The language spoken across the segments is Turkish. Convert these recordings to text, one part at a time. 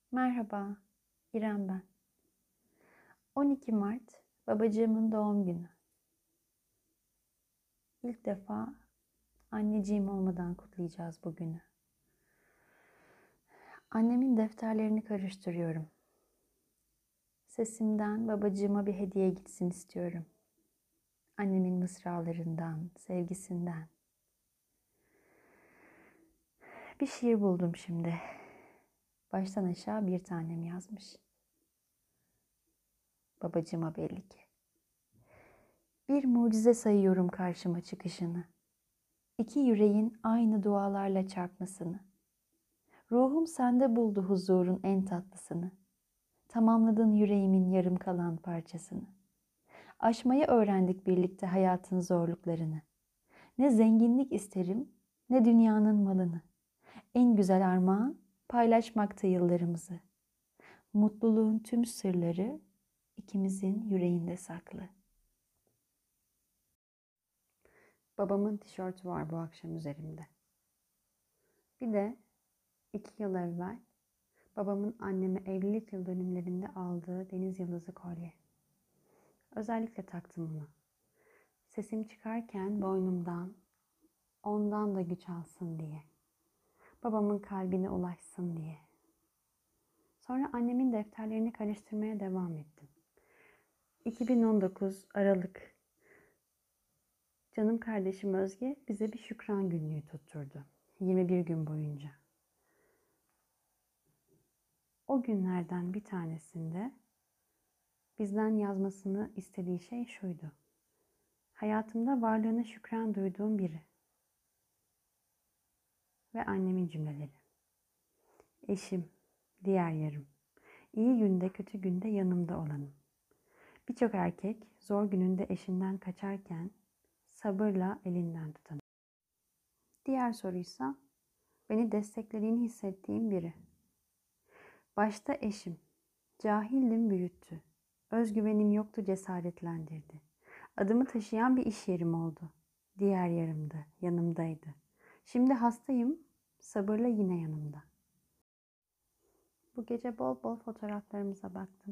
Merhaba, İrem ben. 12 Mart babacığımın doğum günü. İlk defa anneciğim olmadan kutlayacağız bugünü. Annemin defterlerini karıştırıyorum. Sesimden babacığıma bir hediye gitsin istiyorum. Annemin mısralarından, sevgisinden. Bir şiir buldum şimdi. Baştan aşağı bir tanem yazmış. Babacığıma belli ki. Bir mucize sayıyorum karşıma çıkışını. İki yüreğin aynı dualarla çarpmasını. Ruhum sende buldu huzurun en tatlısını. Tamamladın yüreğimin yarım kalan parçasını. Aşmayı öğrendik birlikte hayatın zorluklarını. Ne zenginlik isterim, ne dünyanın malını. En güzel armağan paylaşmakta yıllarımızı. Mutluluğun tüm sırları ikimizin yüreğinde saklı. Babamın tişörtü var bu akşam üzerimde. Bir de 2 yıl evvel babamın anneme evlilik yıl dönümlerinde aldığı deniz yıldızı kolye. Özellikle taktım onu. Sesim çıkarken boynumdan, ondan da güç alsın diye. Babamın kalbine ulaşsın diye. Sonra annemin defterlerini karıştırmaya devam ettim. 2019 Aralık. Canım kardeşim Özge bize bir şükran günlüğü tutturdu. 21 gün boyunca. O günlerden bir tanesinde bizden yazmasını istediği şey şuydu. Hayatımda varlığına şükran duyduğum biri. Ve annemin cümleleri. Eşim, diğer yarım. İyi günde kötü günde yanımda olanım. Birçok erkek zor gününde eşinden kaçarken sabırla elinden tutanım. Diğer soruysa beni desteklediğini hissettiğim biri. Başta eşim. Cahildim büyüttü. Özgüvenim yoktu cesaretlendirdi. Adımı taşıyan bir iş yerim oldu. Diğer yarımdı, yanımdaydı. Şimdi hastayım, sabırla yine yanımda. Bu gece bol bol fotoğraflarımıza baktım.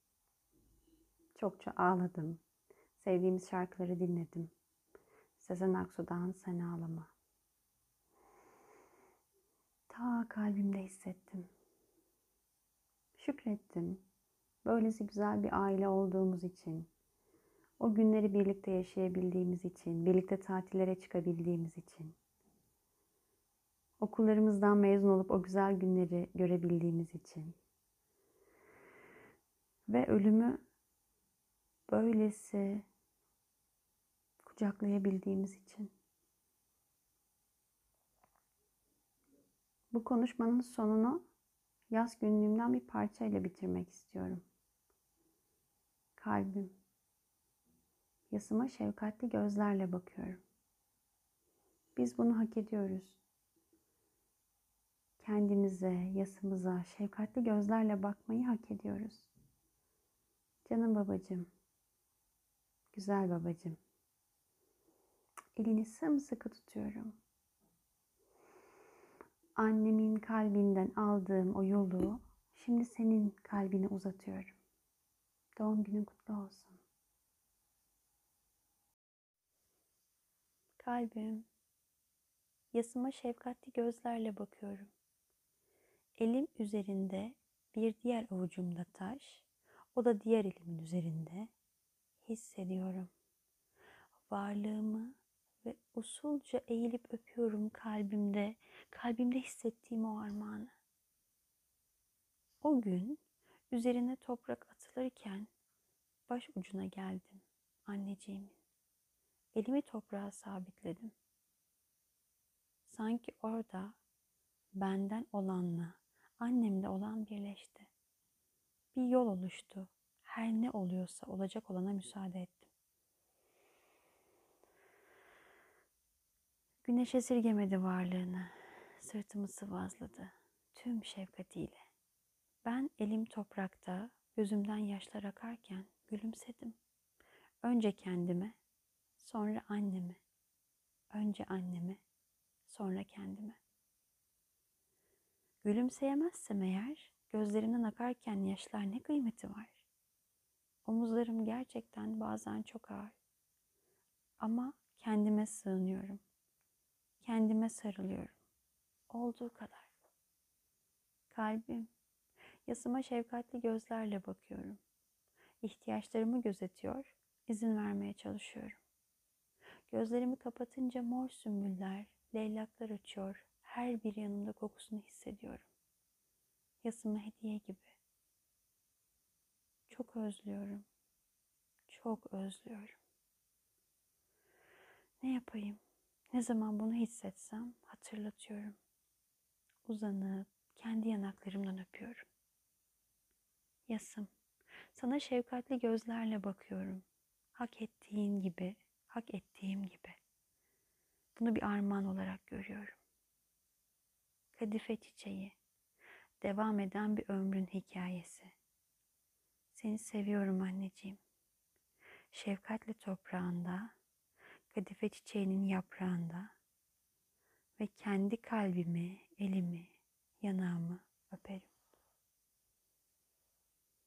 Çokça ağladım. Sevdiğimiz şarkıları dinledim. Sezen Aksu'dan Sen Ağlama. Ta kalbimde hissettim. Şükrettim. Böylesi güzel bir aile olduğumuz için, o günleri birlikte yaşayabildiğimiz için, birlikte tatillere çıkabildiğimiz için, okullarımızdan mezun olup o güzel günleri görebildiğimiz için ve ölümü böylesi kucaklayabildiğimiz için. Bu konuşmanın sonunu yaz günlüğümden bir parçayla bitirmek istiyorum. Kalbim. Yasıma şefkatli gözlerle bakıyorum. Biz bunu hak ediyoruz. Kendimize, yasımıza şefkatli gözlerle bakmayı hak ediyoruz. Canım babacığım, güzel babacığım. Elini sımsıkı tutuyorum. Annemin kalbinden aldığım o yolu şimdi senin kalbine uzatıyorum. Doğum günün kutlu olsun. Kalbim, yasıma şefkatli gözlerle bakıyorum. Elim üzerinde, bir diğer avucumda taş, o da diğer elimin üzerinde. Hissediyorum. Varlığımı ve usulca eğilip öpüyorum kalbimde hissettiğim o armağanı. O gün üzerine toprak atılırken baş ucuna geldim anneciğimin. Elimi toprağa sabitledim. Sanki orada benden olanla annemde olan birleşti. Bir yol oluştu. Her ne oluyorsa olacak olana müsaade ettim. Güneş esirgemedi varlığını. Sırtımı sıvazladı tüm şefkatiyle. Ben elim toprakta, gözümden yaşlar akarken gülümsedim. Önce kendime, sonra anneme. Önce anneme, sonra kendime. Gülümseyemezsem eğer Gözlerimden akarken yaşlar ne kıymeti var? Omuzlarım gerçekten bazen çok ağır. Ama kendime sığınıyorum. Kendime sarılıyorum. Olduğu kadar. Kalbim, yasıma şefkatli gözlerle bakıyorum. İhtiyaçlarımı gözetiyor, izin vermeye çalışıyorum. Gözlerimi kapatınca mor sümbüller, leylaklar açıyor. Her bir yanımda kokusunu hissediyorum. Yasıma hediye gibi. Çok özlüyorum. Çok özlüyorum. Ne yapayım? Ne zaman bunu hissetsem hatırlatıyorum. Uzanıp kendi yanaklarımdan öpüyorum. Yasım, sana şefkatli gözlerle bakıyorum. Hak ettiğin gibi, hak ettiğim gibi. Bunu bir armağan olarak görüyorum. Kadife çiçeği, devam eden bir ömrün hikayesi. Seni seviyorum anneciğim. Şefkatle toprağında, kadife çiçeğinin yaprağında ve kendi kalbimi, elimi, yanağımı